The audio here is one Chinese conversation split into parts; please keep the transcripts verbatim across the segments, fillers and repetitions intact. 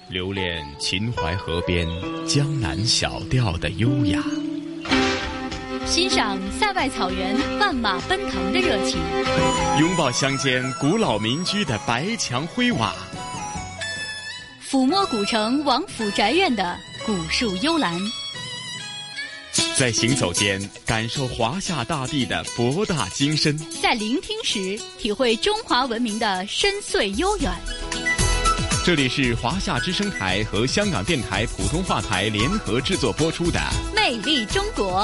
留恋秦淮河边江南小调的优雅， 欣赏塞外草原万马奔腾的热情， 拥抱乡间古老民居的白墙灰瓦， 抚摸古城王府宅院的古树幽兰， 在行走间感受华夏大地的博大精深， 在聆听时体会中华文明的深邃悠远。 这里是华夏之声台和香港电台普通话台联合制作播出的《 魅力中国》。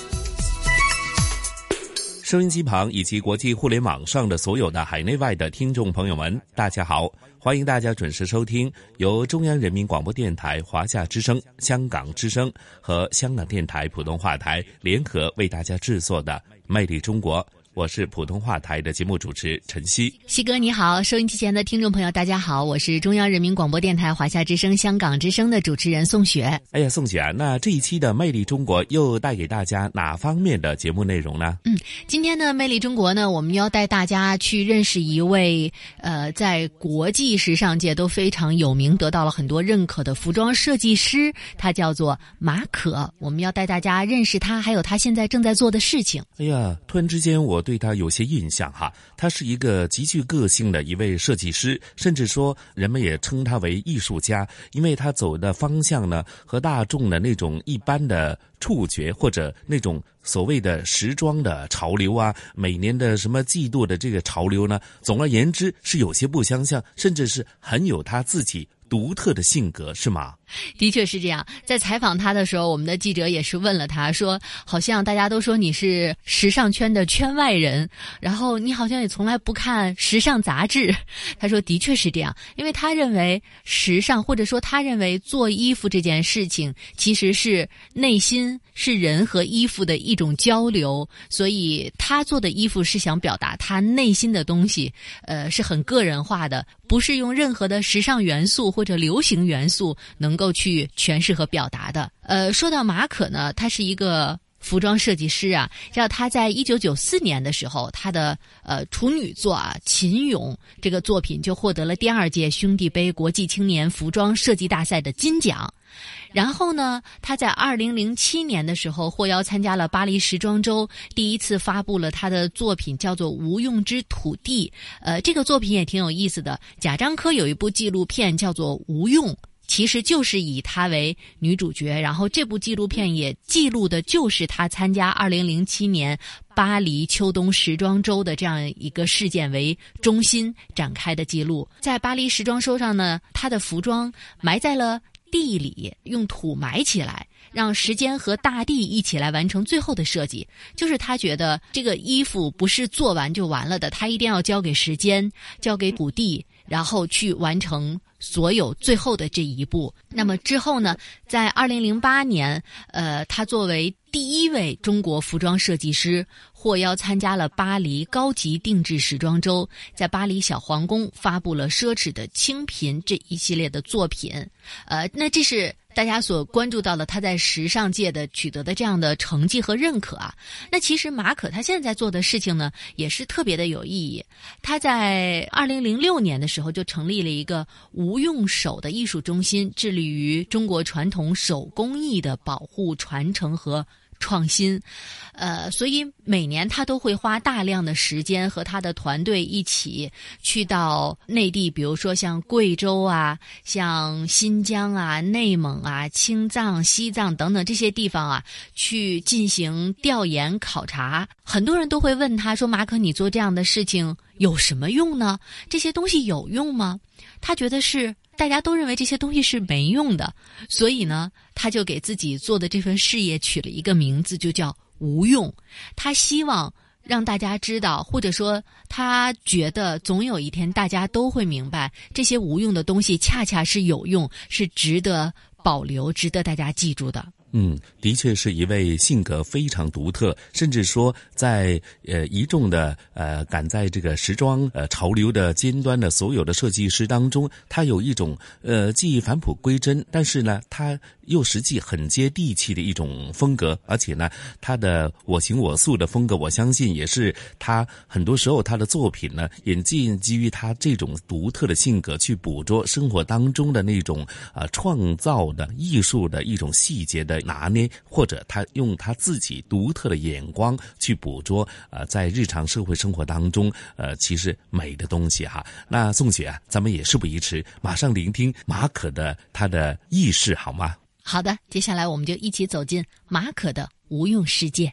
收音机旁以及国际互联网上的所有的海内外的听众朋友们，大家好，欢迎大家准时收听由中央人民广播电台华夏之声、香港之声和香港电台普通话台联合为大家制作的《魅力中国》。我是普通话台的节目主持陈曦。 曦哥你好，收音机前的听众朋友大家好，我是中央人民广播电台华夏之声、香港之声的主持人宋雪。 哎呀，宋雪啊，那这一期的魅力中国又带给大家哪方面的节目内容呢？ 嗯，今天的魅力中国呢，我们要带大家去认识一位呃，在国际时尚界都非常有名，得到了很多认可的服装设计师，他叫做马可。我们要带大家认识他，还有他现在正在做的事情。 哎呀，突然之间我对他有些印象哈，他是一个极具个性的一位设计师，甚至说人们也称他为艺术家，因为他走的方向呢和大众的那种一般的触觉或者那种所谓的时装的潮流啊，每年的什么季度的这个潮流呢，总而言之是有些不相像，甚至是很有他自己独特的性格，是吗？ 的确是这样。在采访他的时候，我们的记者也是问了他，说好像大家都说你是时尚圈的圈外人，然后你好像也从来不看时尚杂志。他说的确是这样，因为他认为时尚，或者说他认为做衣服这件事情其实是内心，是人和衣服的一种交流，所以他做的衣服是想表达他内心的东西，呃，是很个人化的，不是用任何的时尚元素或者流行元素能够去诠释和表达的。呃，说到马可呢，他是一个服装设计师啊，让他在一九九四年的时候，他的呃处女作啊《秦俑》这个作品就获得了第二届兄弟杯国际青年服装设计大赛的金奖。然后呢，他在二零零七年的时候获邀参加了巴黎时装周，第一次发布了他的作品叫做《无用之土地》。呃，这个作品也挺有意思的。贾樟柯有一部纪录片叫做《无用》，其实就是以她为女主角，然后这部纪录片也记录的就是她参加二零零七年巴黎秋冬时装周的这样一个事件为中心展开的记录。在巴黎时装周上呢，她的服装埋在了地里，用土埋起来，让时间和大地一起来完成最后的设计。就是他觉得这个衣服不是做完就完了的，他一定要交给时间，交给土地，然后去完成所有最后的这一步。那么之后呢，在二零零八年，呃，他作为第一位中国服装设计师获邀参加了巴黎高级定制时装周，在巴黎小皇宫发布了奢侈的清贫这一系列的作品。呃，那这是大家所关注到的他在时尚界的取得的这样的成绩和认可啊。那其实马可他现在做的事情呢，也是特别的有意义。他在二零零六年的时候就成立了一个无用手的艺术中心，致力于中国传统手工艺的保护、传承和创新。呃，所以每年他都会花大量的时间和他的团队一起去到内地，比如说像贵州啊、像新疆啊、内蒙啊、青藏、西藏等等这些地方啊，去进行调研考察。很多人都会问他说，马可，你做这样的事情有什么用呢？这些东西有用吗？他觉得是大家都认为这些东西是没用的，所以呢，他就给自己做的这份事业取了一个名字，就叫无用。他希望让大家知道，或者说他觉得总有一天大家都会明白，这些无用的东西恰恰是有用，是值得保留，值得大家记住的。 嗯，的确是一位性格非常独特，甚至说在呃一众的呃赶在这个时装呃潮流的尖端的所有的设计师当中，他有一种呃既返璞归真，但是呢他又实际很接地气的一种风格，而且呢他的我行我素的风格，我相信也是他很多时候他的作品呢也基基于他这种独特的性格去捕捉生活当中的那种呃创造的艺术的一种细节的拿捏，或者他用他自己独特的眼光去捕捉呃在日常社会生活当中呃其实美的东西哈。那宋雪啊，咱们也事不宜迟，马上聆听马可的他的轶事好吗？ 好的，接下来我们就一起走进马可的无用世界。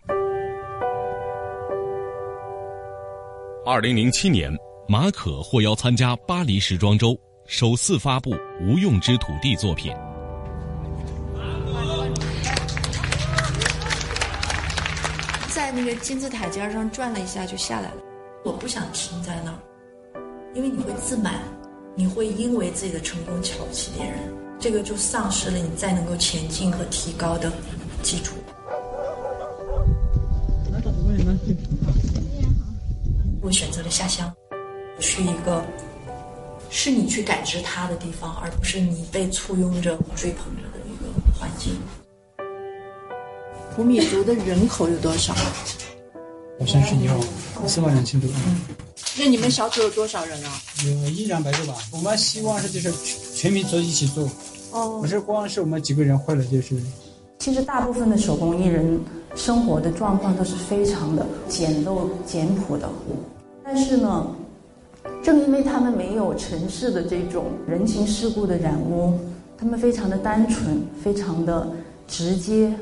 二零零七年，马可获邀参加巴黎时装周，首次发布《无用之土地》作品。 在那个金字塔尖上转了一下就下来了。我不想停在那儿，因为你会自满，你会因为自己的成功瞧不起别人，这个就丧失了你再能够前进和提高的基础。我选择了下乡，去一个是你去感知它的地方，而不是你被簇拥着追捧着的一个环境。普米族的人口有多少？ 好像是有四万两千多。 嗯，那你们小组有多少人啊？ 有一两百个吧。我们希望是就是全民族一起做，哦，不是光是我们几个人会了就是。 其实大部分的手工艺人生活的状况都是非常的简陋简朴的，但是呢，正因为他们没有城市的这种人情世故的染污，他们非常的单纯，非常的直接。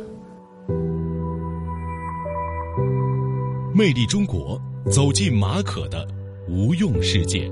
魅力中国，走进马可的无用世界。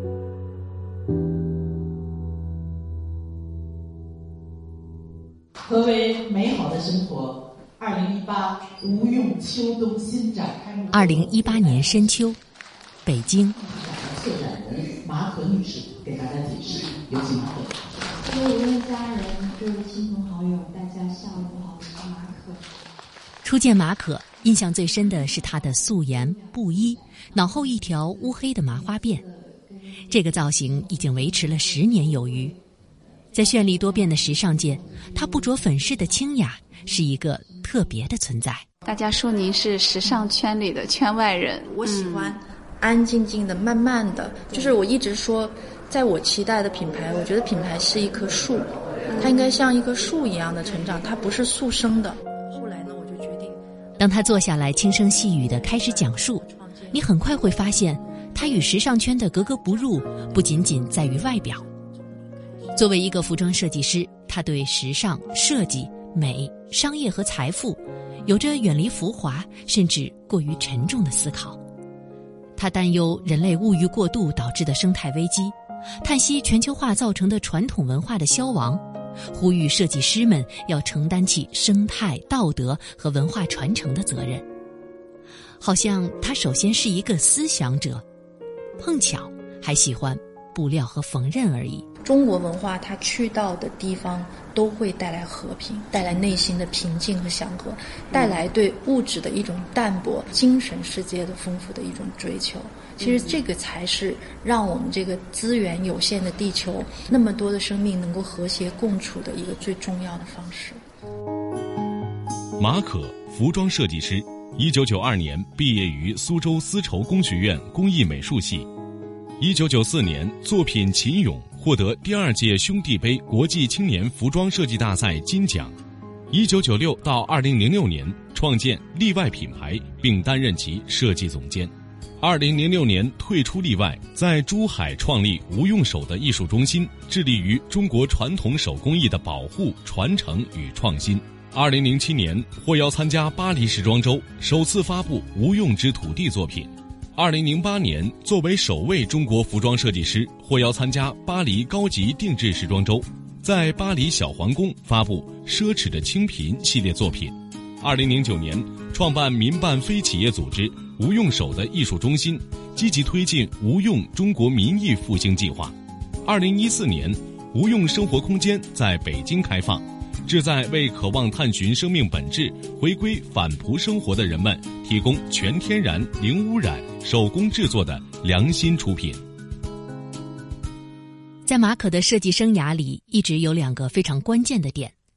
何为美好的生活？二零一八无用秋冬新展开幕。 二零一八年深秋，北京。 策展人马可女士给大家解释，有请马可。 各位无用家人，各位亲朋好友，大家下午好，我是马可。 初见马可，印象最深的是他的素颜布衣，脑后一条乌黑的麻花辫。这个造型已经维持了十年有余。在绚丽多变的时尚界，他不着粉饰的清雅是一个特别的存在。 大家说您是时尚圈里的圈外人。 我喜欢安静静的慢慢的，就是我一直说在我期待的品牌，我觉得品牌是一棵树，它应该像一棵树一样的成长，它不是速生的。后来呢，我就决定， 当他坐下来轻声细语地开始讲述，你很快会发现他与时尚圈的格格不入不仅仅在于外表。作为一个服装设计师，他对时尚、设计、美、商业和财富有着远离浮华甚至过于沉重的思考。他担忧人类物欲过度导致的生态危机，叹息全球化造成的传统文化的消亡，呼吁设计师们要承担起生态、道德和文化传承的责任。好像他首先是一个思想者，碰巧还喜欢布料和缝纫而已。 中国文化它去到的地方都会带来和平，带来内心的平静和祥和，带来对物质的一种淡泊，精神世界的丰富的一种追求。其实这个才是让我们这个资源有限的地球，那么多的生命能够和谐共处的一个最重要的方式。 马可，服装设计师，一九九二年毕业于苏州丝绸工学院工艺美术系。一九九四年，作品《秦俑》获得第二届兄弟杯国际青年服装设计大赛金奖。一九九六到二零零六年，创建例外品牌，并担任其设计总监。二零零六年退出例外，在珠海创立无用手的艺术中心，致力于中国传统手工艺的保护、传承与创新。二零零七年获邀参加巴黎时装周，首次发布《无用之土地》作品。二零零八年，作为首位中国服装设计师，获邀参加巴黎高级定制时装周，在巴黎小皇宫发布《奢侈的清贫》系列作品。二零零九年，创办民办非企业组织无用手的艺术中心，积极推进无用中国民艺复兴计划。二零一四年，无用生活空间在北京开放，旨在为渴望探寻生命本质、回归返璞生活的人们提供全天然、零污染、手工制作的良心出品。 在马可的设计生涯里，一直有两个非常关键的点：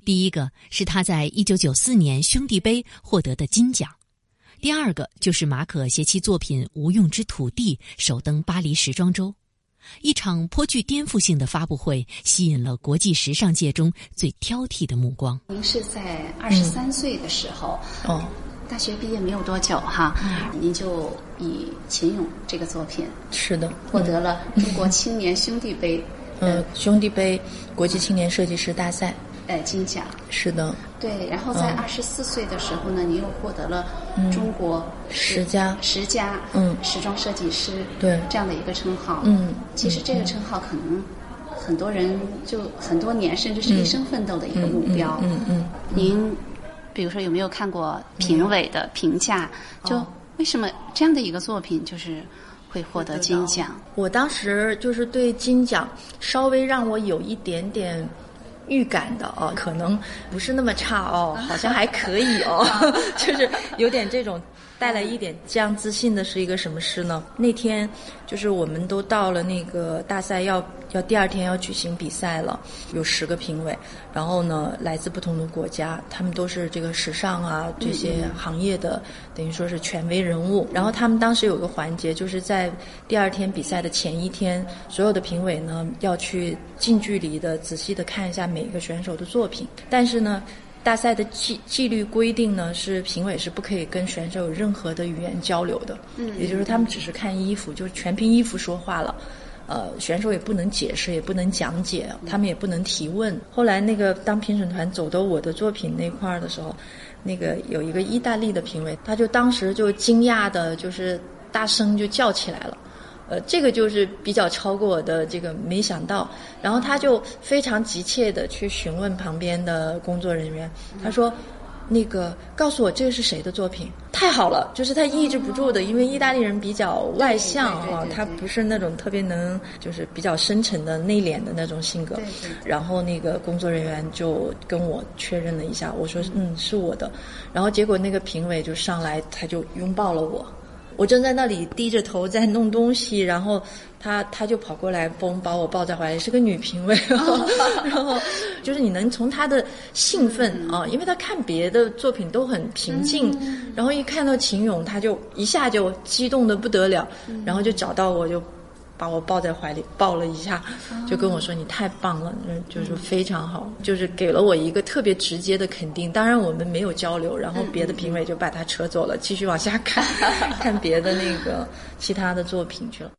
第一个是他在一九九四年兄弟杯获得的金奖，第二个就是马可携其作品《无用之土地》首登巴黎时装周。一场颇具颠覆性的发布会吸引了国际时尚界中最挑剔的目光。 您是在二十三岁的时候， 嗯、哦， 大学毕业没有多久哈，嗯、您就以秦俑这个作品是的获得了中国青年兄弟杯， 嗯、呃，兄弟杯国际青年设计师大赛。 呃，金奖是的， 对。然后在二十四岁的时候呢，嗯、您又获得了中国十佳十佳嗯时装设计师对这样的一个称号。 嗯， 其实这个称号可能很多人就很多年甚至是一生奋斗的一个目标。 嗯嗯, 嗯, 嗯, 嗯您比如说有没有看过评委的评价？ 嗯、 就为什么这样的一个作品就是会获得金奖？ 我当时就是对金奖稍微让我有一点点预感的哦，可能不是那么差哦，好像还可以哦，就是有点这种带来一点这样自信的是一个什么事呢？那天就是我们都到了那个大赛要要第二天要举行比赛了，有十个评委，然后呢来自不同的国家，他们都是这个时尚啊这些行业的、嗯、等于说是权威人物。然后他们当时有个环节，就是在第二天比赛的前一天，所有的评委呢要去近距离的仔细的看一下每个选手的作品，但是呢大赛的纪纪律规定呢，是评委是不可以跟选手有任何的语言交流的，嗯，也就是他们只是看衣服，就是全凭衣服说话了，呃，选手也不能解释，也不能讲解，他们也不能提问。后来那个当评审团走到我的作品那块儿的时候，那个有一个意大利的评委，他就当时就惊讶的，就是大声就叫起来了。呃，这个就是比较超过我的这个没想到，然后他就非常急切的去询问旁边的工作人员，他说那个告诉我这个是谁的作品。太好了，就是他抑制不住的，因为意大利人比较外向啊，他不是那种特别能就是比较深沉的内敛的那种性格。 对对对。 然后那个工作人员就跟我确认了一下，我说嗯是我的，然后结果那个评委就上来，他就拥抱了我。我正在那里低着头在弄东西，然后他他就跑过来，嘣把我抱在怀里，是个女评委，然后然后就是你能从他的兴奋啊，因为他看别的作品都很平静，然后一看到秦俑，他就一下就激动得不得了，然后就找到我就把我抱在怀里抱了一下，就跟我说你太棒了，就是非常好，就是给了我一个特别直接的肯定。当然我们没有交流，然后别的评委就把他扯走了，继续往下看看别的那个其他的作品去了。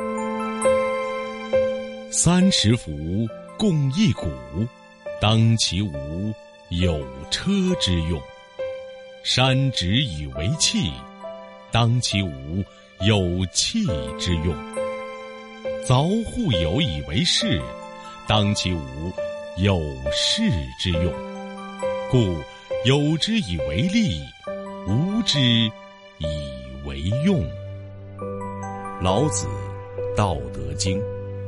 三十辐共一毂，当其无，有车之用；山直以为器，当其无，有器之用。凿户有以为室，当其无，有室之用。故有之以为利，无之以为用。老子《道德经》。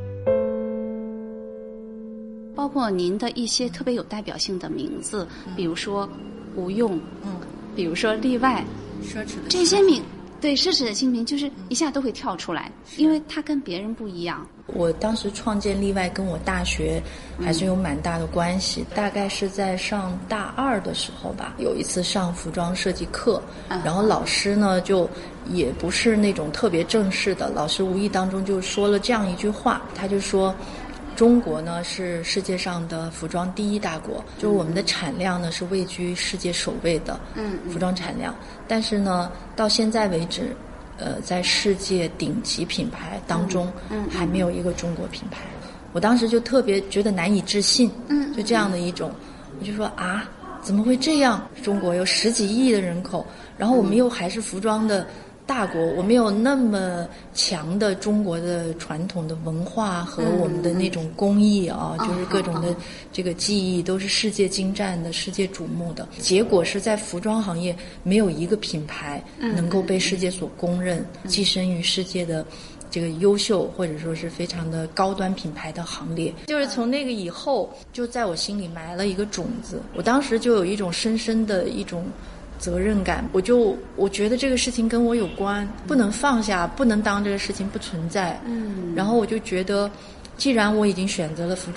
包括您的一些特别有代表性的名字，比如说无用，嗯，比如说例外， 奢侈的这些名。对，奢侈的姓名就是一下都会跳出来，因为它跟别人不一样。 我当时创建例外跟我大学还是有蛮大的关系，嗯、大概是在上大二的时候吧，有一次上服装设计课，嗯、然后老师呢就也不是那种特别正式的，老师无意当中就说了这样一句话，他就说中国呢是世界上的服装第一大国，就是我们的产量呢是位居世界首位的服装产量，但是呢到现在为止呃在世界顶级品牌当中还没有一个中国品牌。我当时就特别觉得难以置信，就这样的一种，我就说啊怎么会这样，中国有十几亿的人口，然后我们又还是服装的大国，我们有那么强的中国的传统的文化和我们的那种工艺啊，嗯、就是各种的这个技艺都是世界精湛的、世界瞩目的。结果是在服装行业没有一个品牌能够被世界所公认，嗯、跻身于世界的这个优秀或者说是非常的高端品牌的行列。就是从那个以后，就在我心里埋了一个种子。我当时就有一种深深的一种责任感，我就我觉得这个事情跟我有关，不能放下，不能当这个事情不存在。嗯，然后我就觉得，既然我已经选择了服装，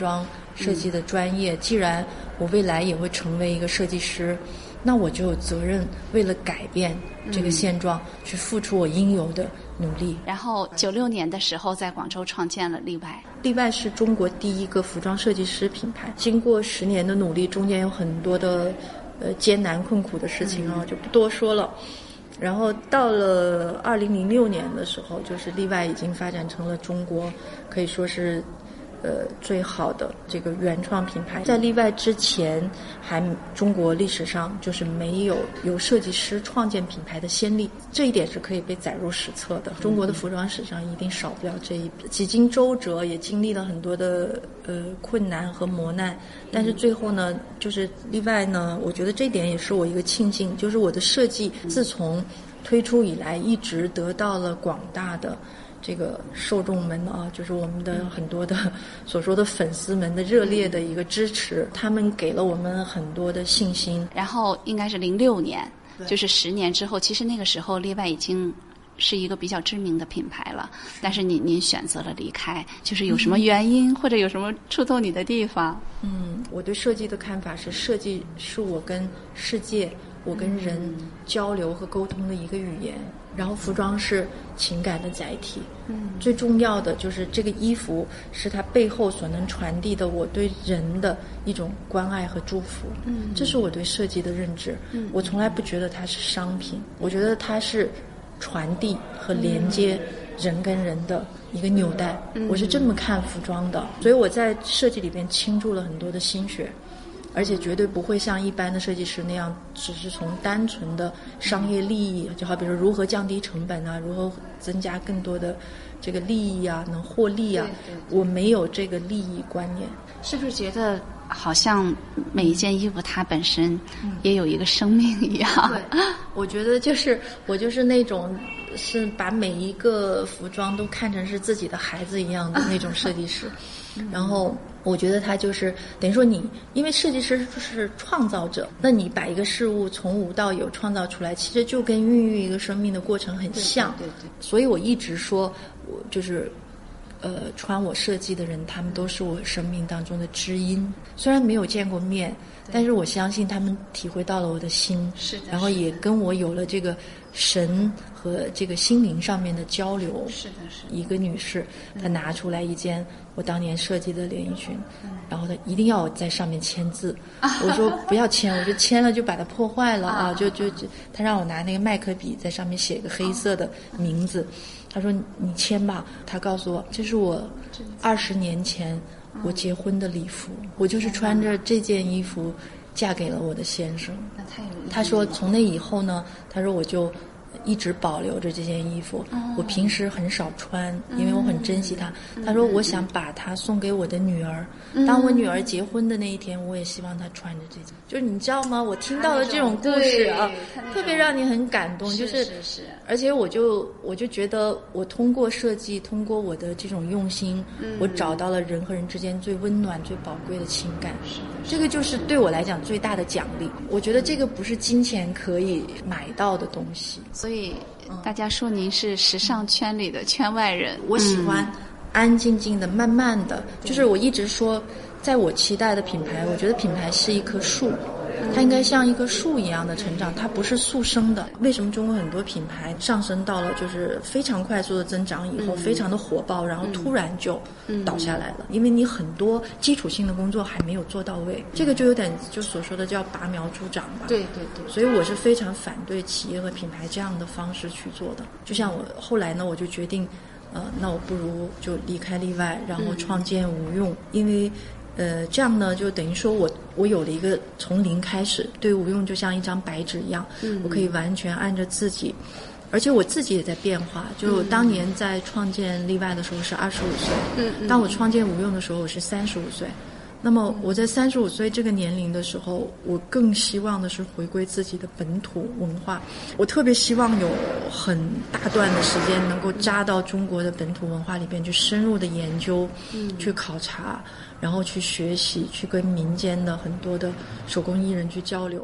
设计的专业，既然我未来也会成为一个设计师，那我就有责任为了改变这个现状、嗯、去付出我应有的努力。 然后九六年的时候在广州创建了利外。 利外是中国第一个服装设计师品牌，经过十年的努力，中间有很多的呃艰难困苦的事情啊、嗯，就不多说了。然后到了二零零六年的时候，就是利外已经发展成了中国可以说是呃最好的这个原创品牌。在利外之前，还中国历史上就是没有由设计师创建品牌的先例，这一点是可以被载入史册的。中国的服装史上一定少不了这一笔。几经周折，也经历了很多的呃困难和磨难，但是最后呢，就是利外呢，我觉得这点也是我一个庆幸，就是我的设计自从推出以来，一直得到了广大的这个受众们啊，就是我们的很多的所说的粉丝们的热烈的一个支持，他们给了我们很多的信心。 然后应该是零六年，就是十年之后，其实那个时候利外已经是一个比较知名的品牌了，但是您您选择了离开，就是有什么原因、嗯、或者有什么触动你的地方？嗯， 我对设计的看法是，设计是我跟世界、我跟人交流和沟通的一个语言。然后服装是情感的载体，嗯，最重要的就是这个衣服是它背后所能传递的我对人的一种关爱和祝福，嗯，这是我对设计的认知。嗯，我从来不觉得它是商品，我觉得它是传递和连接人跟人的一个纽带，嗯，我是这么看服装的。所以我在设计里边倾注了很多的心血，而且绝对不会像一般的设计师那样只是从单纯的商业利益，就好比说如何降低成本啊，如何增加更多的这个利益啊，能获利啊，对对对，我没有这个利益观念。 是不是觉得好像每一件衣服它本身也有一个生命一样？ 嗯，对，我觉得就是我就是那种是把每一个服装都看成是自己的孩子一样的那种设计师。然后我觉得他就是等于说你，因为设计师就是创造者，那你把一个事物从无到有创造出来，其实就跟孕育一个生命的过程很像。对对对对。所以我一直说，我就是呃穿我设计的人，他们都是我生命当中的知音。虽然没有见过面，但是我相信他们体会到了我的心，是的，然后也跟我有了这个神和这个心灵上面的交流。是的，是的。一个女士，她拿出来一件我当年设计的连衣裙，嗯，然后她一定要我在上面签字，啊，我说不要签，我说签了就把它破坏了啊，就就就，她让我拿那个麦克笔在上面写一个黑色的名字，她说你签吧，她告诉我这是我二十年前我结婚的礼服，我就是穿着这件衣服嫁给了我的先生。那太有意思了。他说从那以后呢，他说我就一直保留着这件衣服，哦，我平时很少穿，因为我很珍惜它，嗯，他说我想把它送给我的女儿，嗯，当我女儿结婚的那一天，我也希望她穿着这件。就是你知道吗，我听到了这种故事啊，特别让你很感动。就是是是，而且我就我就觉得我通过设计，通过我的这种用心，嗯，我找到了人和人之间最温暖最宝贵的情感。是的，这个就是对我来讲最大的奖励。我觉得这个不是金钱可以买到的东西。 所以大家说您是时尚圈里的圈外人。 我喜欢安静静的慢慢的，就是我一直说在我期待的品牌，我觉得品牌是一棵树，它应该像一棵树一样的成长，它不是速生的。为什么中国很多品牌上升到了就是非常快速的增长以后，非常的火爆，然后突然就倒下来了？因为你很多基础性的工作还没有做到位，这个就有点就所说的叫拔苗助长吧。对对对。所以我是非常反对企业和品牌这样的方式去做的。就像我后来呢，我就决定，呃，那我不如就离开利外，然后创建无用，因为。呃，这样呢，就等于说我我有了一个从零开始，对无用就像一张白纸一样，嗯，我可以完全按着自己，而且我自己也在变化。就是我当年在创建利外的时候是二十五岁，嗯，当我创建无用的时候我是三十五岁。那么我在三十五岁这个年龄的时候，我更希望的是回归自己的本土文化。我特别希望有很大段的时间能够扎到中国的本土文化里边去深入的研究，嗯，去考察，然后去学习，去跟民间的很多的手工艺人去交流。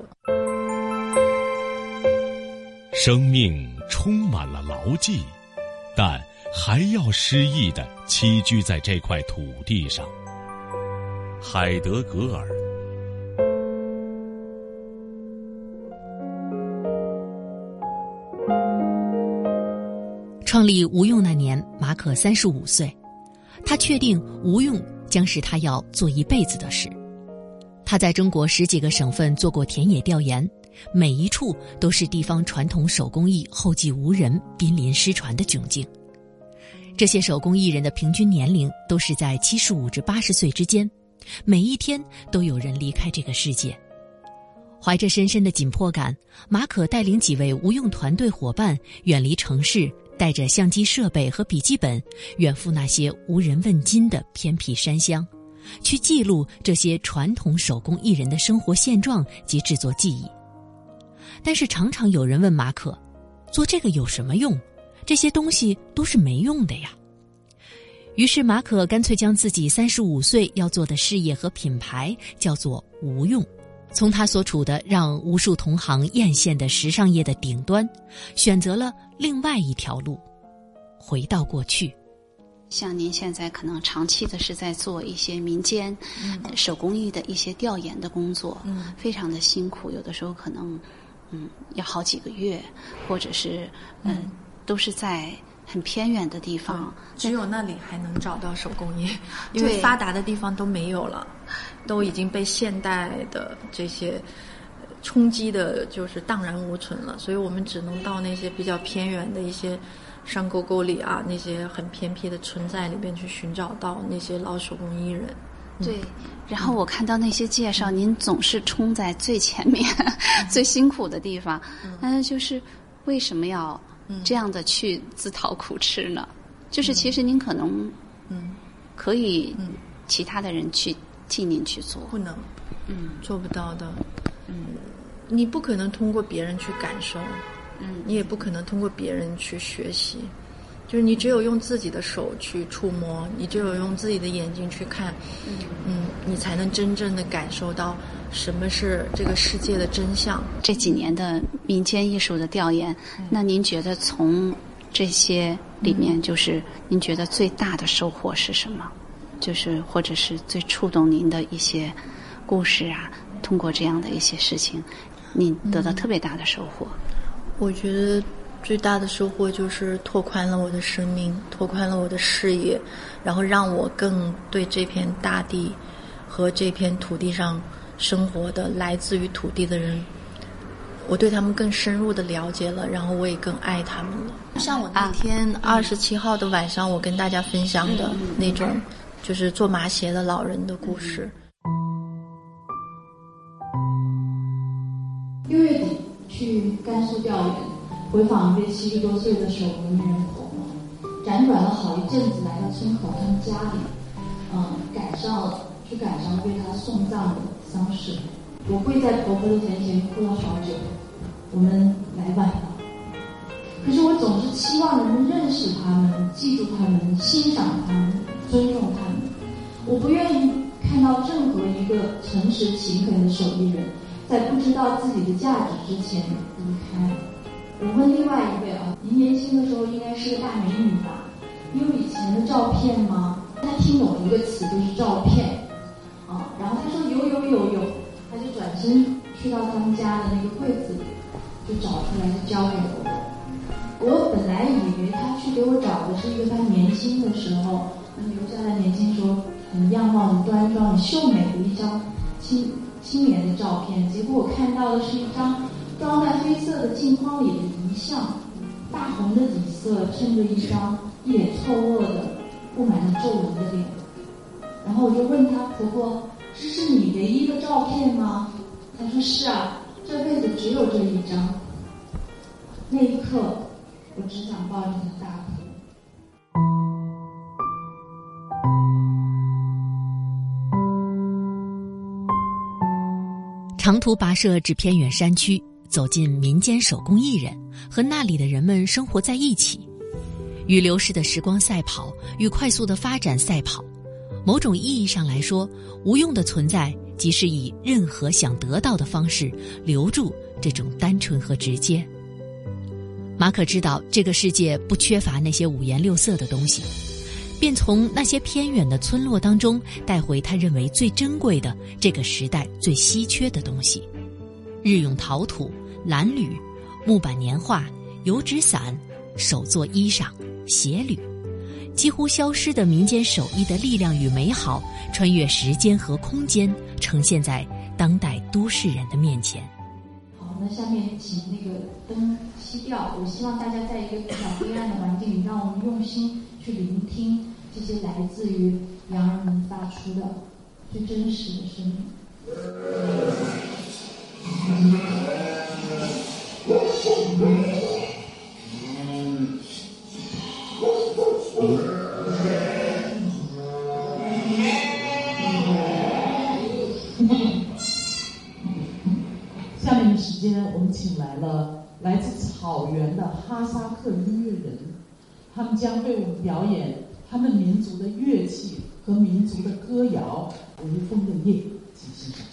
生命充满了牢记，但还要诗意地栖居在这块土地上。 海德格尔。 创立无用那年，马可三十五岁，他确定无用将是他要做一辈子的事。他在中国十几个省份做过田野调研，每一处都是地方传统手工艺后继无人、濒临失传的窘境。这些手工艺人的平均年龄都是在七十五至八十岁之间，每一天都有人离开这个世界。怀着深深的紧迫感，马可带领几位无用团队伙伴远离城市，带着相机设备和笔记本，远赴那些无人问津的偏僻山乡，去记录这些传统手工艺人的生活现状及制作技艺。但是常常有人问马可，做这个有什么用？这些东西都是没用的呀。于是马可干脆将自己三十五岁要做的事业和品牌叫做无用，从他所处的让无数同行艳羡的时尚业的顶端，选择了另外一条路，回到过去。 像您现在可能长期的是在做一些民间、嗯呃、手工艺的一些调研的工作，嗯，非常的辛苦，有的时候可能嗯要好几个月，或者是嗯、呃、都是在很偏远的地方、 嗯、只有那里还能找到手工艺，因为发达的地方都没有了，都已经被现代的这些冲击的就是荡然无存了，所以我们只能到那些比较偏远的一些山沟沟里啊，那些很偏僻的村寨里边去寻找到那些老手工艺人。 对，然后我看到那些介绍，嗯、您总是冲在最前面、嗯、最辛苦的地方，嗯、但是就是为什么要这样的去自讨苦吃呢？嗯、就是其实您可能嗯可以其他的人去替您去做， 不能，嗯，做不到的，嗯，你不可能通过别人去感受。嗯，你也不可能通过别人去学习，就是你只有用自己的手去触摸，你只有用自己的眼睛去看，嗯，嗯你才能真正的感受到什么是这个世界的真相。 这几年的民间艺术的调研，嗯、那您觉得从这些里面，就是您觉得最大的收获是什么？就是或者是最触动您的一些故事啊，通过这样的一些事情，您得到特别大的收获。嗯我觉得最大的收获就是拓宽了我的生命，拓宽了我的视野，然后让我更对这片大地和这片土地上生活的来自于土地的人，我对他们更深入的了解了，然后我也更爱他们了。像我那天二十七号的晚上，我跟大家分享的那种就是做麻鞋的老人的故事。 六月底去甘肃调研，回访一位七十多岁的手工艺人婆婆，辗转了好一阵子，来到村口他们家里，嗯，赶上了，去赶上为她送葬的丧事。我跪在婆婆的坟前哭了好久，我们来晚了。可是我总是期望人们认识他们，记住他们，欣赏他们，尊重他们。我不愿意看到任何一个诚实勤恳的手艺人在不知道自己的价值之前离开。我问另外一位啊，您年轻的时候应该是个大美女吧？你有以前的照片吗？他听懂一个词就是照片啊，然后他说有有有有，他就转身去到他们家的那个柜子里，就找出来就交给了我。我本来以为他去给我找的是一个他年轻的时候，留下他年轻时候很样貌很端庄、很秀美的一张青青年的照片，结果我看到的是一张装在黑色的镜框里的遗像，大红的底色衬着一张一脸错愕的、布满着皱纹的脸。然后我就问她：“婆婆，这是你唯一的照片吗？”她说：“是啊，这辈子只有这一张。”那一刻，我只想抱着她大哭。 长途跋涉至偏远山区，走进民间手工艺人，和那里的人们生活在一起，与流逝的时光赛跑，与快速的发展赛跑。某种意义上来说，无用的存在即是以任何想得到的方式留住这种单纯和直接。马可知道这个世界不缺乏那些五颜六色的东西， 便从那些偏远的村落当中带回他认为最珍贵的这个时代最稀缺的东西：日用陶土、蓝缕、木板年画、油纸伞、手作衣裳、鞋履。几乎消失的民间手艺的力量与美好，穿越时间和空间，呈现在当代都市人的面前。 好，那下面请那个灯熄掉。我希望大家在一个比较黑暗的环境里，让我们用心去聆听这些来自于洋人们发出的最真实的声音。 下面的时间，我们请来了来自草原的哈萨克音乐人，他们将为我们表演他们民族的乐器和民族的歌谣《微风的夜》，请欣赏。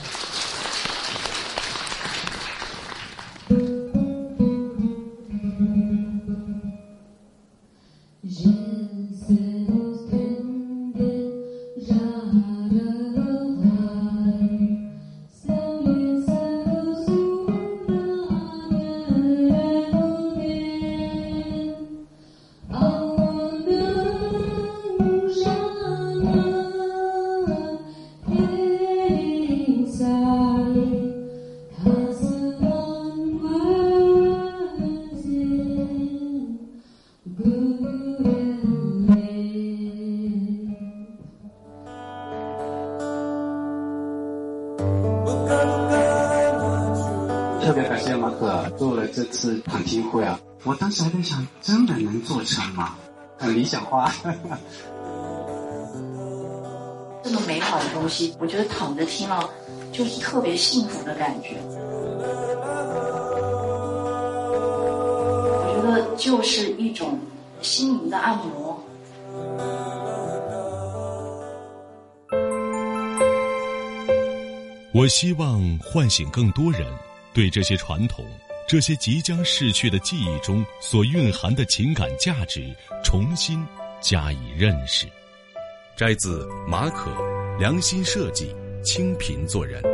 特别感谢马可做了这次谈听会啊！我当时还在想，真的能做成吗？很理想化。 这么美好的东西，我觉得躺着听了，就是特别幸福的感觉。我觉得就是一种心灵的按摩。 我希望唤醒更多人对这些传统、这些即将逝去的记忆中所蕴含的情感价值重新加以认识。 摘自马可，良心设计，清贫做人。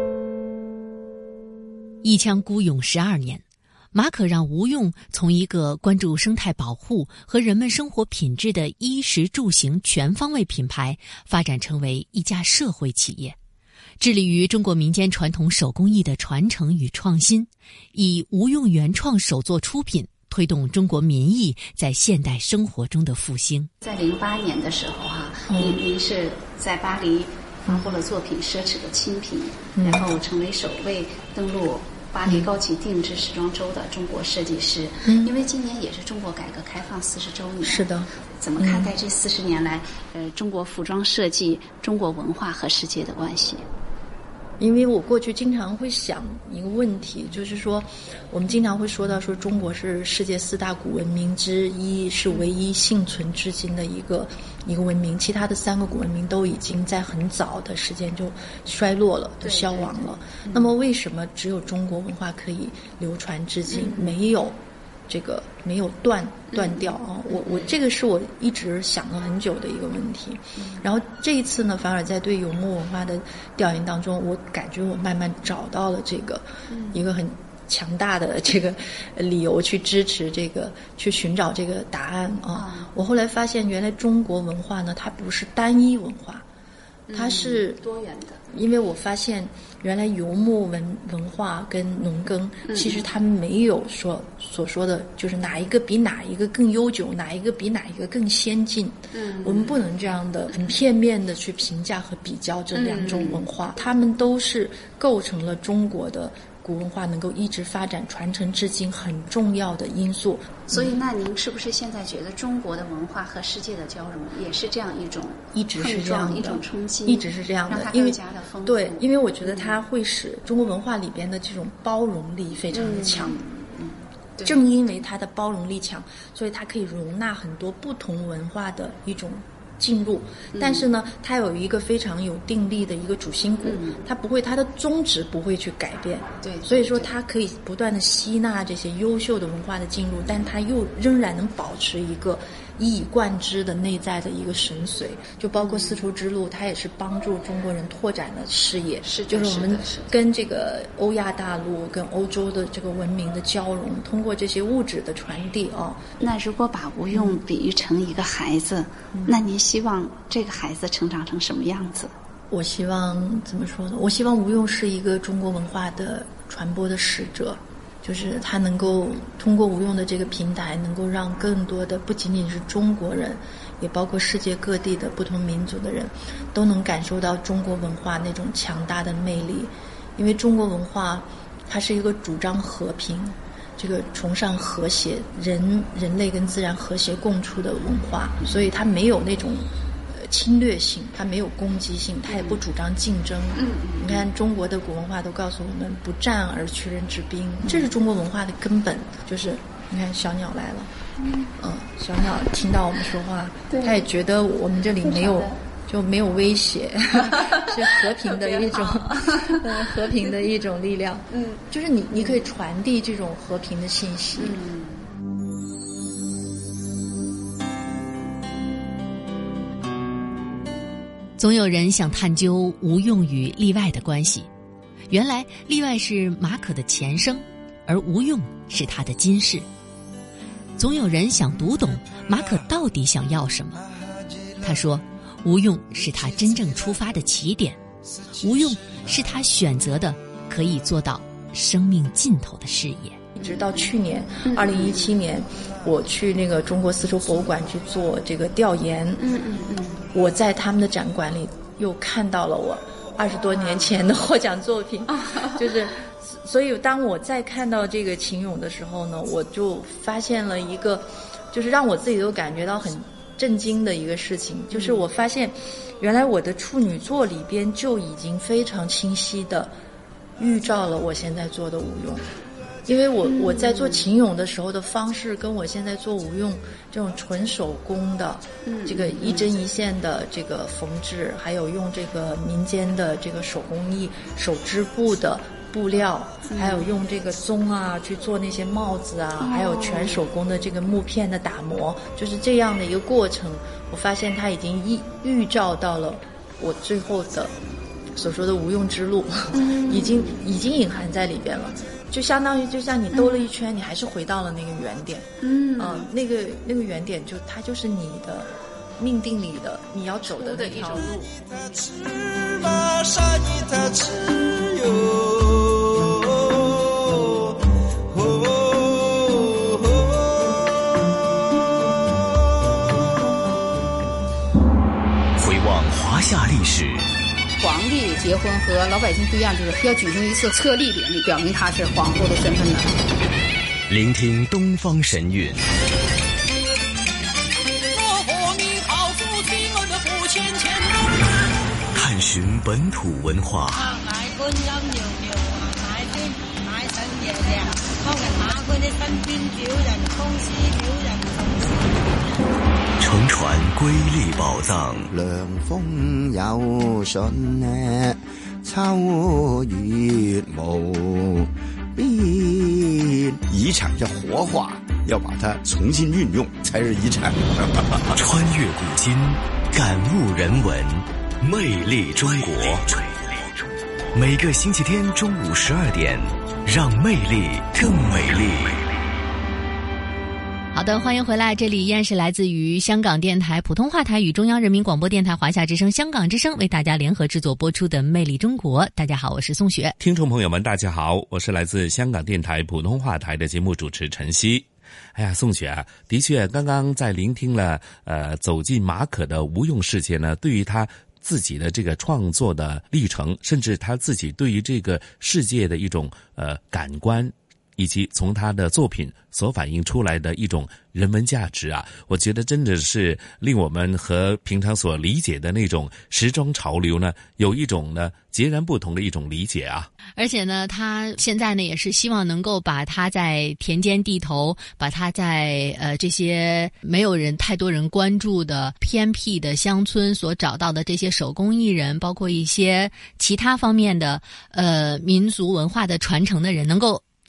一腔孤勇十二年，马可让吴用从一个关注生态保护和人们生活品质的衣食住行全方位品牌，发展成为一家社会企业，致力于中国民间传统手工艺的传承与创新，以吴用原创手作出品，推动中国民艺在现代生活中的复兴。 在零八年的时候哈、啊，您、嗯、您是在巴黎发布了作品《奢侈的清贫》，嗯、然后成为首位登陆巴黎高级定制时装周的中国设计师。嗯，因为今年也是中国改革开放四十周年。 是的。 怎么看待这四十年来，嗯、呃，中国服装设计、中国文化和世界的关系？ 因为我过去经常会想一个问题，就是说我们经常会说到说中国是世界四大古文明之一，是唯一幸存至今的一个一个文明，其他的三个古文明都已经在很早的时间就衰落了，都消亡了。那么为什么只有中国文化可以流传至今，嗯、没有这个没有断断掉啊！我我这个是我一直想了很久的一个问题。然后这一次呢，反而在对游牧文化的调研当中，我感觉我慢慢找到了这个一个很强大的这个理由去支持这个，去寻找这个答案啊！我后来发现，原来中国文化呢，它不是单一文化，它是多元的。 因为我发现原来游牧文文化跟农耕，其实他们没有说所说的就是哪一个比哪一个更悠久，哪一个比哪一个更先进。嗯，我们不能这样的很片面的去评价和比较这两种文化，他们都是构成了中国的古文化能够一直发展传承至今很重要的因素。 所以那您是不是现在觉得中国的文化和世界的交融也是这样一种一直是这样的一种冲击， 一直是这样的， 让它更加的丰富？ 对，因为我觉得它会使中国文化里边的这种包容力非常的强。 嗯，嗯正因为它的包容力强，所以它可以容纳很多不同文化的一种进入，但是呢，它有一个非常有定力的一个主心骨，嗯、它不会，它的宗旨不会去改变。 对， 所以说它可以不断的吸纳这些优秀的文化的进入，但它又仍然能保持一个一以贯之的内在的一个神髓，就包括丝绸之路，它也是帮助中国人拓展了视野， 是就是我们跟这个欧亚大陆跟欧洲的这个文明的交融，通过这些物质的传递啊。 那如果把吴用比喻成一个孩子，嗯、那您希望这个孩子成长成什么样子？ 我希望怎么说呢？我希望吴用是一个中国文化的传播的使者。就是他能够通过吴用的这个平台，能够让更多的不仅仅是中国人，也包括世界各地的不同民族的人，都能感受到中国文化那种强大的魅力。因为中国文化它是一个主张和平，这个崇尚和谐，人人类跟自然和谐共处的文化，所以它没有那种侵略性，它没有攻击性，它也不主张竞争。嗯，你看中国的古文化都告诉我们不战而屈人之兵，这是中国文化的根本。就是你看小鸟来了，嗯，嗯小鸟听到我们说话，它也觉得我们这里没有就没有威胁，是和平的一种呃和平的一种力量。嗯，就是你你可以传递这种和平的信息。嗯。 总有人想探究吴用与例外的关系，原来例外是马可的前生，而吴用是他的今世。总有人想读懂马可到底想要什么。他说，吴用是他真正出发的起点，吴用是他选择的可以做到生命尽头的事业。 直到去年二零一七年，我去那个中国丝绸博物馆去做这个调研，嗯嗯嗯，我在他们的展馆里又看到了我二十多年前的获奖作品，就是所以当我再看到这个秦俑的时候呢，我就发现了一个就是让我自己都感觉到很震惊的一个事情，就是我发现原来我的处女作里边就已经非常清晰的预兆了我现在做的吴用。因为我我在做秦俑的时候的方式，跟我现在做吴用这种纯手工的，这个一针一线的这个缝制，还有用这个民间的这个手工艺手织布的布料，还有用这个棕啊去做那些帽子啊，还有全手工的这个木片的打磨，就是这样的一个过程。我发现它已经预预兆到了我最后的所说的无用之路，已经已经隐含在里边了。就相当于就像你兜了一圈，嗯、你还是回到了那个原点。嗯，呃、那个那个原点就它就是你的命定里的你要走的那条路。 回望华夏历史。 皇帝结婚和老百姓不一样，就是要举行一次册立典礼，表明他是皇后的身份的。 聆听东方神韵。探寻本土文化。乘船瑰丽宝藏。 凉風有信呢，秋月無邊。遺產要活化，要把它重新運用，才是遺產。 穿越古今，感悟人文，魅力中國。每个星期天中午十二点，让魅力更美丽。 好的，欢迎回来，这里依然是来自于香港电台普通话台与中央人民广播电台华夏之声、香港之声为大家联合制作播出的《魅力中国》。大家好，我是宋雪。 听众朋友们，大家好，我是来自香港电台普通话台的节目主持陈曦。哎呀，宋雪啊，的确，刚刚在聆听了呃走进马可的无用世界呢，对于他自己的这个创作的历程，甚至他自己对于这个世界的一种呃感官，以及从他的作品所反映出来的一种人文价值啊，我觉得真的是令我们和平常所理解的那种时装潮流呢，有一种呢截然不同的一种理解啊。 而且呢，他现在呢也是希望能够把他在田间地头，把他在呃这些没有人太多人关注的偏僻的乡村所找到的这些手工艺人，包括一些其他方面的呃民族文化的传承的人，能够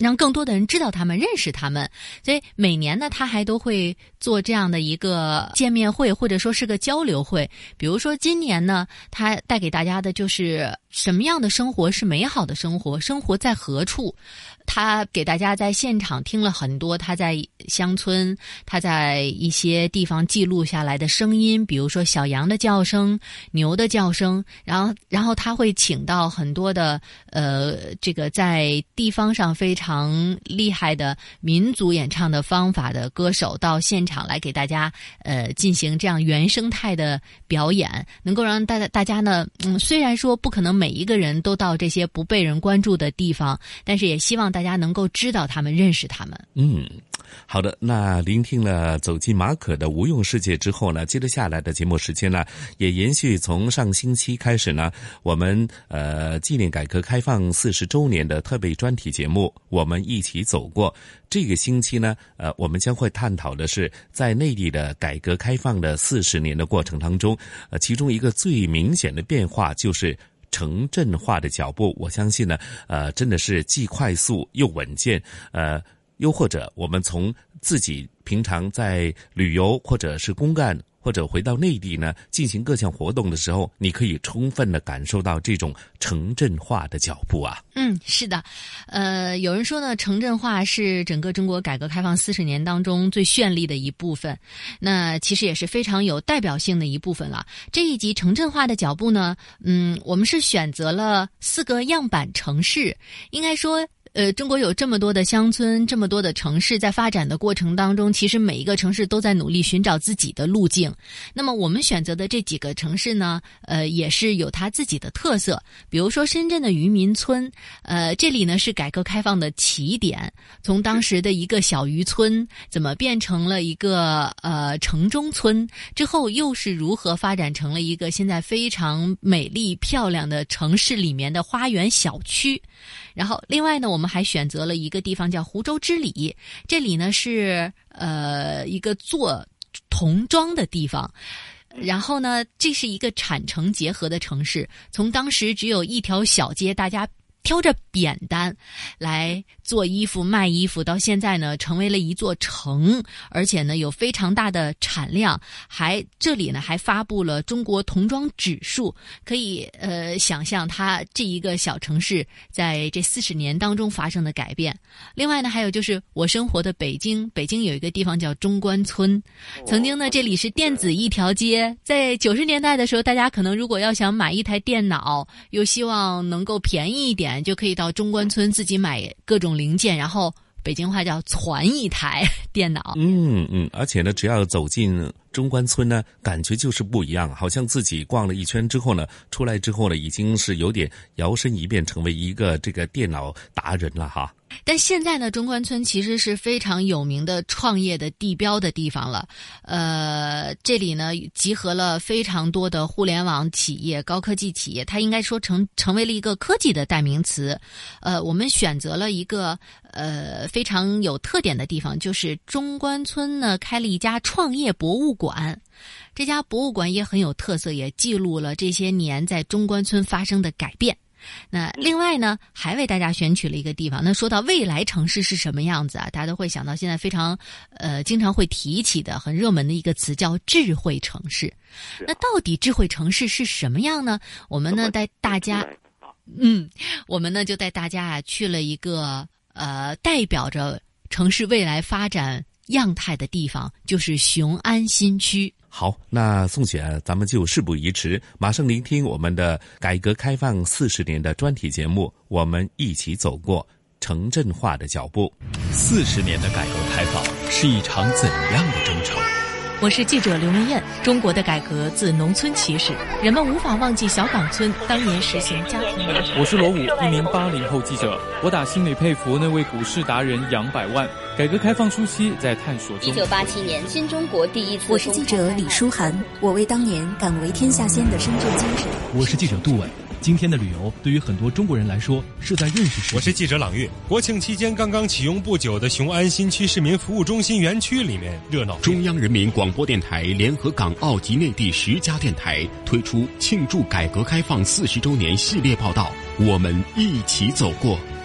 让更多的人知道他们，认识他们。所以每年呢，他还都会做这样的一个见面会，或者说是个交流会。比如说今年呢，他带给大家的就是什么样的生活是美好的生活，生活在何处。他给大家在现场听了很多他在乡村，他在一些地方记录下来的声音，比如说小羊的叫声、牛的叫声，然后然后他会请到很多的呃这个在地方上非常厉害的民族演唱的方法的歌手到现场来给大家呃进行这样原生态的表演，能够让大家大家呢嗯虽然说不可能每一个人都到这些不被人关注的地方，但是也希望大家能够知道他们，认识他们。 嗯，好的，那聆听了走进马可的无用世界之后呢，接着下来的节目时间呢，也延续从上星期开始呢，我们呃纪念改革开放四十周年的特别专题节目，我们一起走过。这个星期呢，呃，我们将会探讨的是在内地的改革开放的四十年的过程当中，呃，其中一个最明显的变化就是城镇化的脚步。我相信呢，呃，真的是既快速又稳健，呃。又或者我们从自己平常在旅游或者是公干或者回到内地呢进行各项活动的时候，你可以充分的感受到这种城镇化的脚步啊。 嗯，是的，呃，有人说呢，城镇化是整个中国改革开放四十年当中最绚丽的一部分，那其实也是非常有代表性的一部分了。这一集城镇化的脚步呢，嗯，我们是选择了四个样板城市，应该说呃，中国有这么多的乡村，这么多的城市，在发展的过程当中，其实每一个城市都在努力寻找自己的路径。那么我们选择的这几个城市呢，呃，也是有它自己的特色。比如说深圳的渔民村，呃，这里呢是改革开放的起点，从当时的一个小渔村，怎么变成了一个呃城中村，之后又是如何发展成了一个现在非常美丽漂亮的城市里面的花园小区。然后另外呢，我们还选择了一个地方叫湖州织里，这里呢是呃一个做童装的地方。然后呢，这是一个产城结合的城市，从当时只有一条小街，大家挑着扁担来做衣服卖衣服，到现在呢成为了一座城，而且呢有非常大的产量，还这里呢还发布了中国童装指数，可以呃想象它这一个小城市在这四十年当中发生的改变。另外呢，还有就是我生活的北京，北京有一个地方叫中关村，曾经呢这里是电子一条街，在九十年代的时候，大家可能如果要想买一台电脑，又希望能够便宜一点，就可以到中关村自己买各种零件，然后北京话叫攒一台电脑。 嗯嗯，而且呢，只要走进中关村呢，感觉就是不一样，好像自己逛了一圈之后呢，出来之后呢，已经是有点摇身一变成为一个这个电脑达人了哈。 但现在呢，中关村其实是非常有名的创业的地标的地方了。呃，这里呢集合了非常多的互联网企业、高科技企业，它应该说成成为了一个科技的代名词。呃，我们选择了一个呃非常有特点的地方，就是中关村呢开了一家创业博物馆。这家博物馆也很有特色，也记录了这些年在中关村发生的改变。那另外呢，还为大家选取了一个地方。那说到未来城市是什么样子啊，大家都会想到现在非常呃经常会提起的很热门的一个词叫智慧城市。那到底智慧城市是什么样呢？我们呢带大家嗯我们呢就带大家啊去了一个呃代表着城市未来发展样态的地方，就是雄安新区。 好，那宋姐，咱们就事不宜迟，马上聆听我们的改革开放四十年的专题节目，我们一起走过城镇化的脚步。 四十年的改革开放是一场怎样的征程？ 我是记者刘文艳。中国的改革自农村起始，人们无法忘记小岗村当年实行家庭联手。 我是罗武，一名八零后记者。我打心里佩服那位股市达人杨百万。改革开放初期，在探索中。 一九八七年，新中国第一次。 我是记者李书涵，我为当年敢为天下先的深圳精神。 我是记者杜伟。今天的旅游对于很多中国人来说是在认识世界。 我是记者朗月。国庆期间刚刚启用不久的雄安新区市民服务中心园区里面热闹。 中央人民广播电台联合港澳及内地十家电台推出庆祝改革开放四十周年系列报道，我们一起走过。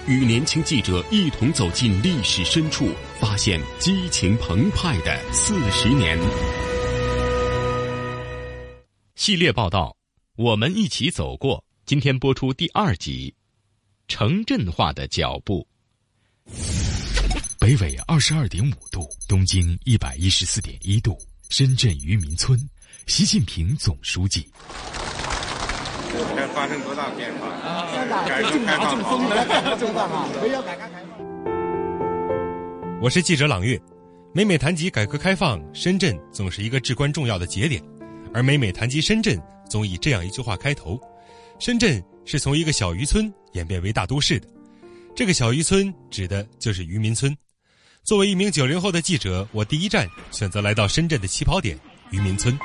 与年轻记者一同走进历史深处，发现激情澎湃的四十年。 系列报道，我们一起走过。今天播出第二集，城镇化的脚步。 北纬二十二点五度，东经一百一十四点一度，深圳渔民村，习近平总书记。 该发生多大变化？ 改革开放好，重大哈，没有改革开放。 我是记者朗月。每每谈及改革开放，深圳总是一个至关重要的节点，而每每谈及深圳，总以这样一句话开头：深圳是从一个小渔村演变为大都市的。这个小渔村指的就是渔民村。作为一名九零后的记者，我第一站选择来到深圳的起跑点渔民村。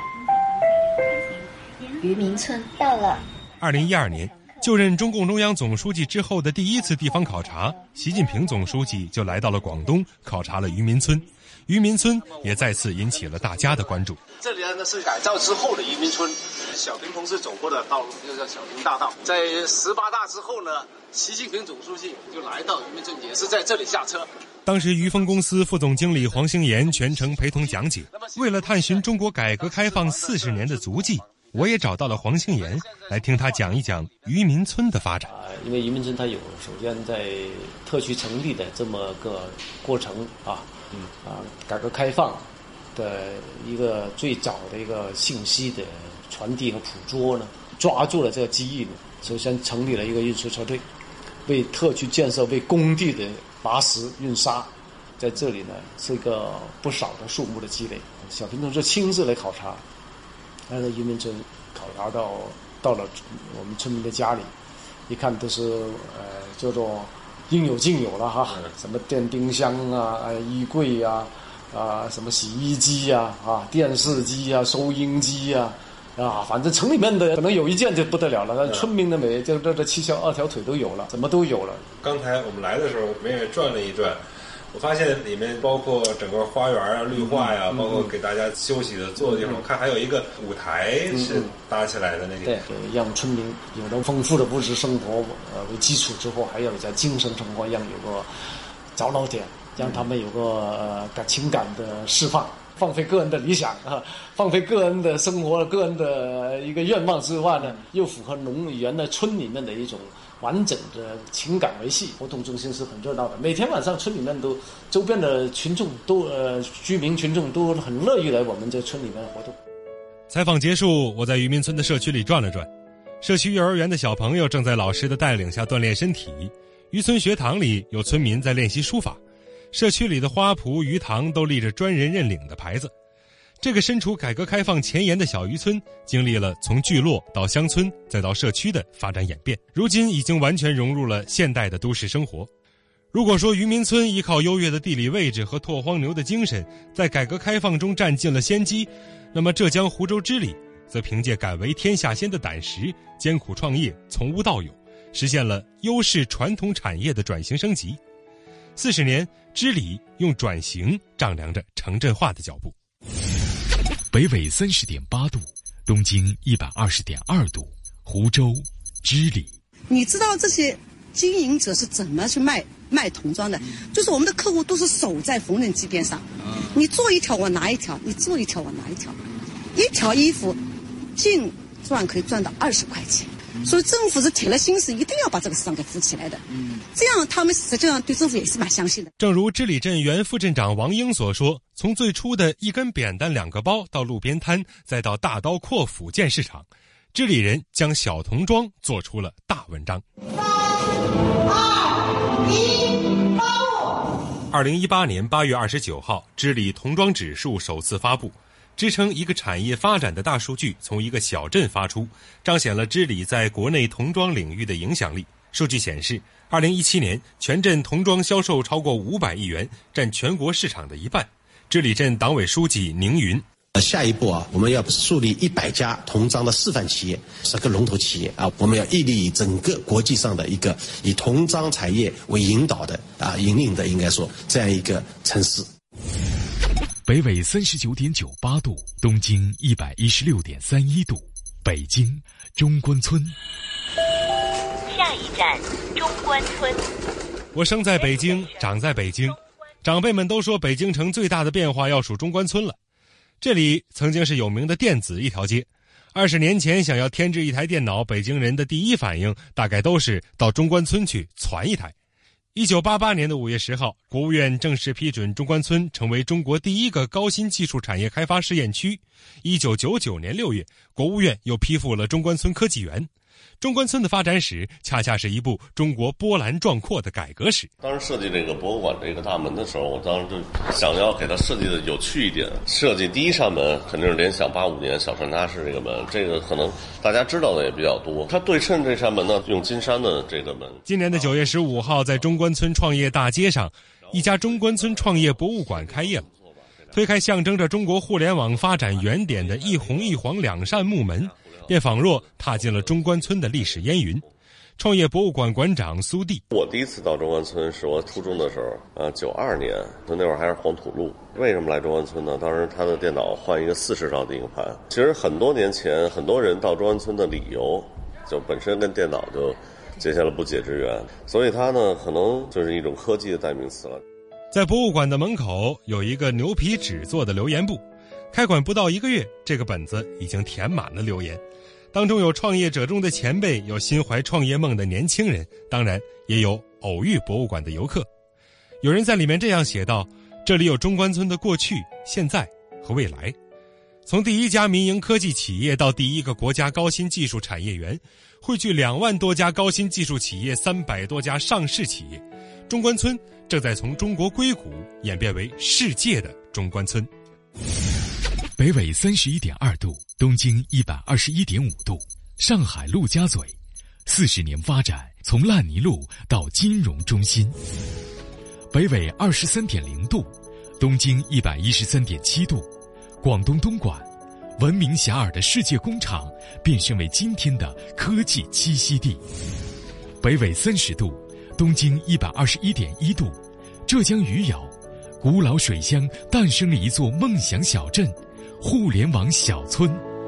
渔民村到了。 二零一二年，就任中共中央总书记之后的第一次地方考察，习近平总书记就来到了广东，考察了渔民村。渔民村也再次引起了大家的关注。 这里呢是改造之后的渔民村，小平同志走过的道路就叫小平大道。在十八大之后呢，习近平总书记就来到渔民村，也是在这里下车。 当时渔丰公司副总经理黄兴岩全程陪同讲解。为了探寻中国改革开放四十年的足迹，我也找到了黄兴岩，来听他讲一讲渔民村的发展。 因为渔民村它有首先在特区成立的这么个过程啊，嗯啊，改革开放的一个最早的一个信息的传递和捕捉呢，抓住了这个机遇呢，首先成立了一个运输车队，为特区建设、为工地的拔石运沙，在这里呢是一个不少的数目的积累。小平同志亲自来考察。来到渔民村考察到到了我们村民的家里，一看都是呃叫做应有尽有了哈，什么电冰箱啊、呃、衣柜啊、啊、呃、什么洗衣机啊、啊电视机啊、收音机啊，啊反正城里面的可能有一件就不得了了，但村民的每这这这七条二条腿都有了，什么都有了。 刚才我们来的时候，我们也转了一转。我发现里面包括整个花园啊、绿化呀、啊，嗯、包括给大家休息的坐的地方，嗯、我看还有一个舞台是搭起来的那个。 对，让村民有了丰富的物质生活呃为基础之后，还要在精神生活上有个着落点，让他们有个呃感情感的释放，放飞个人的理想啊，放飞个人的生活、个人的一个愿望之外呢，又符合农原来村里面的一种完整的情感维系。活动中心是很热闹的，每天晚上村里面都周边的群众都呃居民群众都很乐意来我们这村里面活动。 采访结束，我在渔民村的社区里转了转，社区幼儿园的小朋友正在老师的带领下锻炼身体，渔村学堂里有村民在练习书法，社区里的花圃、鱼塘都立着专人认领的牌子。这个身处改革开放前沿的小渔村，经历了从聚落到乡村再到社区的发展演变，如今已经完全融入了现代的都市生活。如果说渔民村依靠优越的地理位置和拓荒牛的精神，在改革开放中占尽了先机，那么浙江湖州织里则凭借敢为天下先的胆识，艰苦创业，从无到有，实现了优势传统产业的转型升级。四十年，织里用转型丈量着城镇化的脚步。 北纬三十点八度，东经一百二十点二度，湖州织里。 你知道这些经营者是怎么去卖卖童装的？就是我们的客户都是守在缝纫机边上，你做一条我拿一条，你做一条我拿一条，一条衣服净赚可以赚到二十块钱。所以政府是铁了心思，一定要把这个市场给扶起来的。嗯，这样他们实际上对政府也是蛮相信的。 正如织里镇原副镇长王英所说，从最初的一根扁担两个包到路边摊，再到大刀阔斧建市场，织里人将小童装做出了大文章。三二一，发布。二零一八年八月二十九号，织里童装指数首次发布。支撑一个产业发展的大数据从一个小镇发出，彰显了织里在国内童装领域的影响力。数据显示，二零一七年全镇童装销售超过五百亿元，占全国市场的一半。织里镇党委书记宁云： 下一步啊，我们要树立一百家童装的示范企业，十个龙头企业啊，我们要屹立整个国际上的一个以童装产业为引导的啊引领的，应该说这样一个城市。 北纬三十九点九八度，东经一百一十六点三一度，北京中关村。 下一站中关村。 我生在北京，长在北京，长辈们都说北京城最大的变化要数中关村了。这里曾经是有名的电子一条街，二十年前想要添置一台电脑，北京人的第一反应大概都是到中关村去攒一台。一九八八年的五月十号，国务院正式批准中关村成为中国第一个高新技术产业开发试验区。一九九九年六月，国务院又批复了中关村科技园。中关村的发展史恰恰是一部中国波澜壮阔的改革史。 当时设计这个博物馆这个大门的时候，我当时就想要给它设计的有趣一点。设计第一扇门肯定是联想八五年小传达式这个门，这个可能大家知道的也比较多。它对称这扇门呢，用金山的这个门。 今年的九月十五号，在中关村创业大街上，一家中关村创业博物馆开业了。推开象征着中国互联网发展原点的一红一黄两扇木门，便仿若踏进了中关村的历史烟云。创业博物馆馆长苏弟， 我第一次到中关村是我初中的时候，呃，九二年，那会儿还是黄土路。为什么来中关村呢？当时他的电脑换一个四十兆的硬盘。其实很多年前，很多人到中关村的理由，就本身跟电脑就结下了不解之缘，所以它呢，可能就是一种科技的代名词了。 在博物馆的门口有一个牛皮纸做的留言簿，开馆不到一个月，这个本子已经填满了留言。当中有创业者中的前辈，有心怀创业梦的年轻人，当然也有偶遇博物馆的游客。有人在里面这样写道：这里有中关村的过去、现在和未来。从第一家民营科技企业到第一个国家高新技术产业园，汇聚两万多家高新技术企业，三百多家上市企业。中关村正在从中国硅谷演变为世界的中关村。 北纬三十一点二度，东经一百二十一点五度，上海陆家嘴，四十年发展，从烂泥路到金融中心。北纬二十三点零度，东经一百一十三点七度，广东东莞，闻名遐迩的世界工厂变身为今天的科技栖息地。北纬三十度，东经一百二十一点一度，浙江余姚，古老水乡诞生了一座梦想小镇。互联网小村。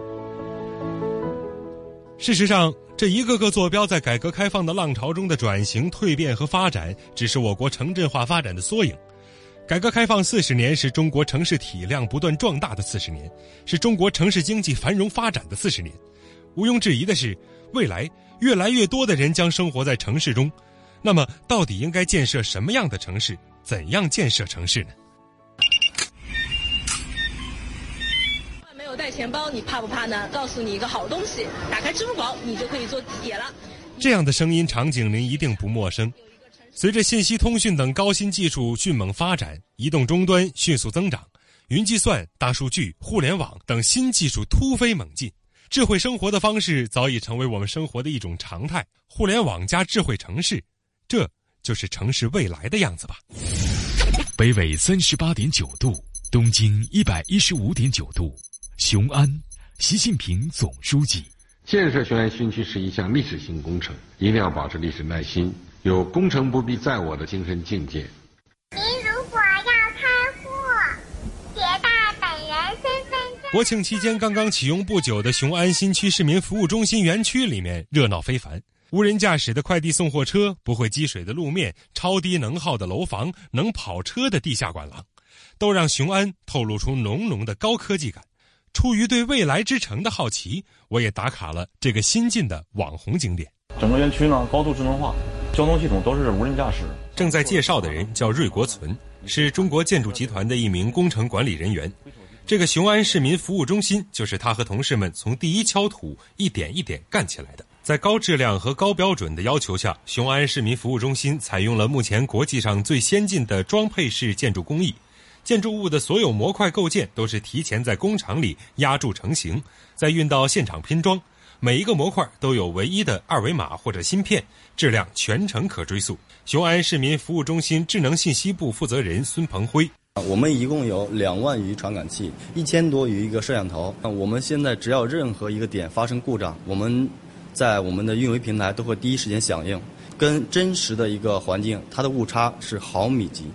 事实上，这一个个坐标在改革开放的浪潮中的转型、蜕变和发展，只是我国城镇化发展的缩影。改革开放四十年是中国城市体量不断壮大的四十年，是中国城市经济繁荣发展的四十年。毋庸置疑的是，未来越来越多的人将生活在城市中。那么，到底应该建设什么样的城市？怎样建设城市呢？ 带钱包你怕不怕呢？告诉你一个好东西，打开支付宝你就可以坐地铁了。 这样的声音场景您一定不陌生。随着信息通讯等高新技术迅猛发展，移动终端迅速增长，云计算、大数据、互联网等新技术突飞猛进，智慧生活的方式早已成为我们生活的一种常态。互联网加智慧城市，这就是城市未来的样子吧。 北纬三十八点九度，东经一百一十五点九度。雄安，习近平总书记， 建设雄安新区是一项历史性工程，一定要保持历史耐心，有攻城不必在我的精神境界。 您如果要开户，携带本人身份证。 国庆期间刚刚启用不久的雄安新区市民服务中心园区里面热闹非凡，无人驾驶的快递送货车，不会积水的路面，超低能耗的楼房，能跑车的地下管廊，都让雄安透露出浓浓的高科技感。出于对未来之城的好奇，我也打卡了这个新进的网红景点。 整个园区呢高度智能化，交通系统都是无人驾驶。 正在介绍的人叫芮国存，是中国建筑集团的一名工程管理人员。这个雄安市民服务中心就是他和同事们从第一锹土一点一点干起来的。在高质量和高标准的要求下，雄安市民服务中心采用了目前国际上最先进的装配式建筑工艺。建筑物的所有模块构件都是提前在工厂里压铸成型，再运到现场拼装。每一个模块都有唯一的二维码或者芯片，质量全程可追溯。雄安市民服务中心智能信息部负责人孙鹏辉， 我们一共有两万余传感器，一千多余一个摄像头。我们现在只要任何一个点发生故障，我们在我们的运维平台都会第一时间响应，跟真实的一个环境，它的误差是毫米级。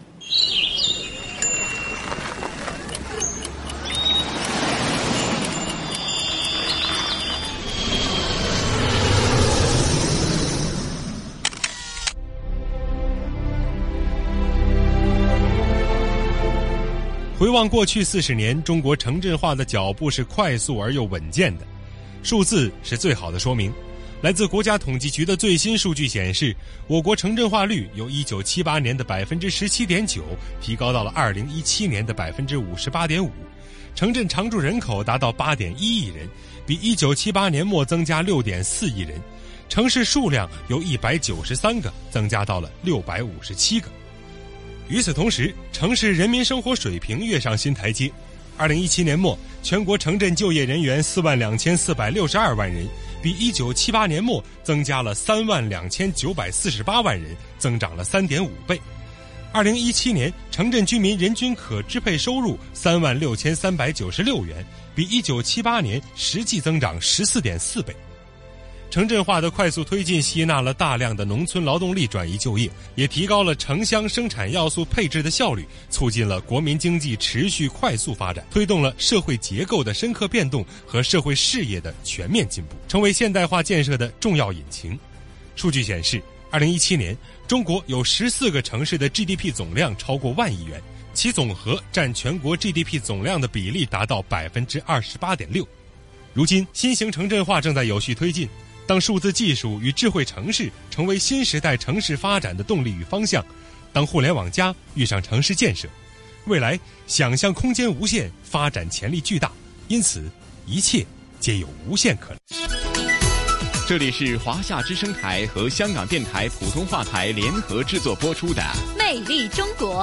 回望过去四十年，中国城镇化的脚步是快速而又稳健的。数字是最好的说明。来自国家统计局的最新数据显示，我国城镇化率由一九七八年的百分之十七点九提高到了二零一七年的百分之五十八点五，城镇常住人口达到八点一亿人，比一九七八年末增加六点四亿人，城市数量由一百九十三个增加到了六百五十七个。与此同时，城市人民生活水平跃上新台阶。二零一七年末，全国城镇就业人员四万两千四百六十二万人，比一九七八年末增加了三万两千九百四十八万人，增长了三点五倍。二零一七年，城镇居民人均可支配收入三万六千三百九十六元，比一九七八年实际增长十四点四倍。城镇化的快速推进吸纳了大量的农村劳动力转移就业，也提高了城乡生产要素配置的效率，促进了国民经济持续快速发展，推动了社会结构的深刻变动和社会事业的全面进步，成为现代化建设的重要引擎。数据显示，二零一七年，中国有十四个城市的 G D P 总量超过万亿元，其总和占全国 G D P 总量的比例达到百分之二十八点六。如今，新型城镇化正在有序推进。当数字技术与智慧城市成为新时代城市发展的动力与方向，当互联网加遇上城市建设，未来想象空间无限，发展潜力巨大，因此一切皆有无限可能。 这里是华夏之声台和香港电台普通话台联合制作播出的《 魅力中国》。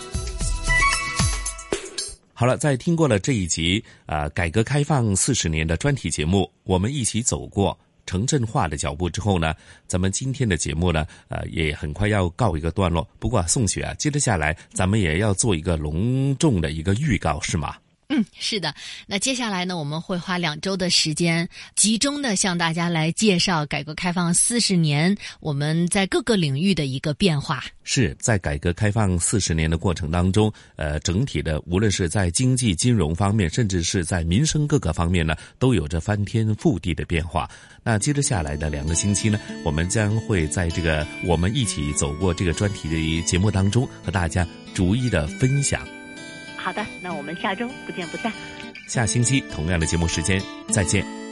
好了，在听过了这一集呃改革开放四十年的专题节目，我们一起走过城镇化的脚步之后呢，咱们今天的节目呢，呃，也很快要告一个段落。不过宋雪啊，接着下来咱们也要做一个隆重的一个预告，是吗？ 嗯，是的。那接下来呢，我们会花两周的时间，集中的向大家来介绍改革开放四十年我们在各个领域的一个变化。 是在改革开放四十年的过程当中，呃，整体的无论是在经济金融方面，甚至是在民生各个方面呢，都有着翻天覆地的变化。那接着下来的两个星期呢，我们将会在这个我们一起走过这个专题的节目当中，和大家逐一的分享。 好的，那我们下周不见不散。 下星期同样的节目时间再见。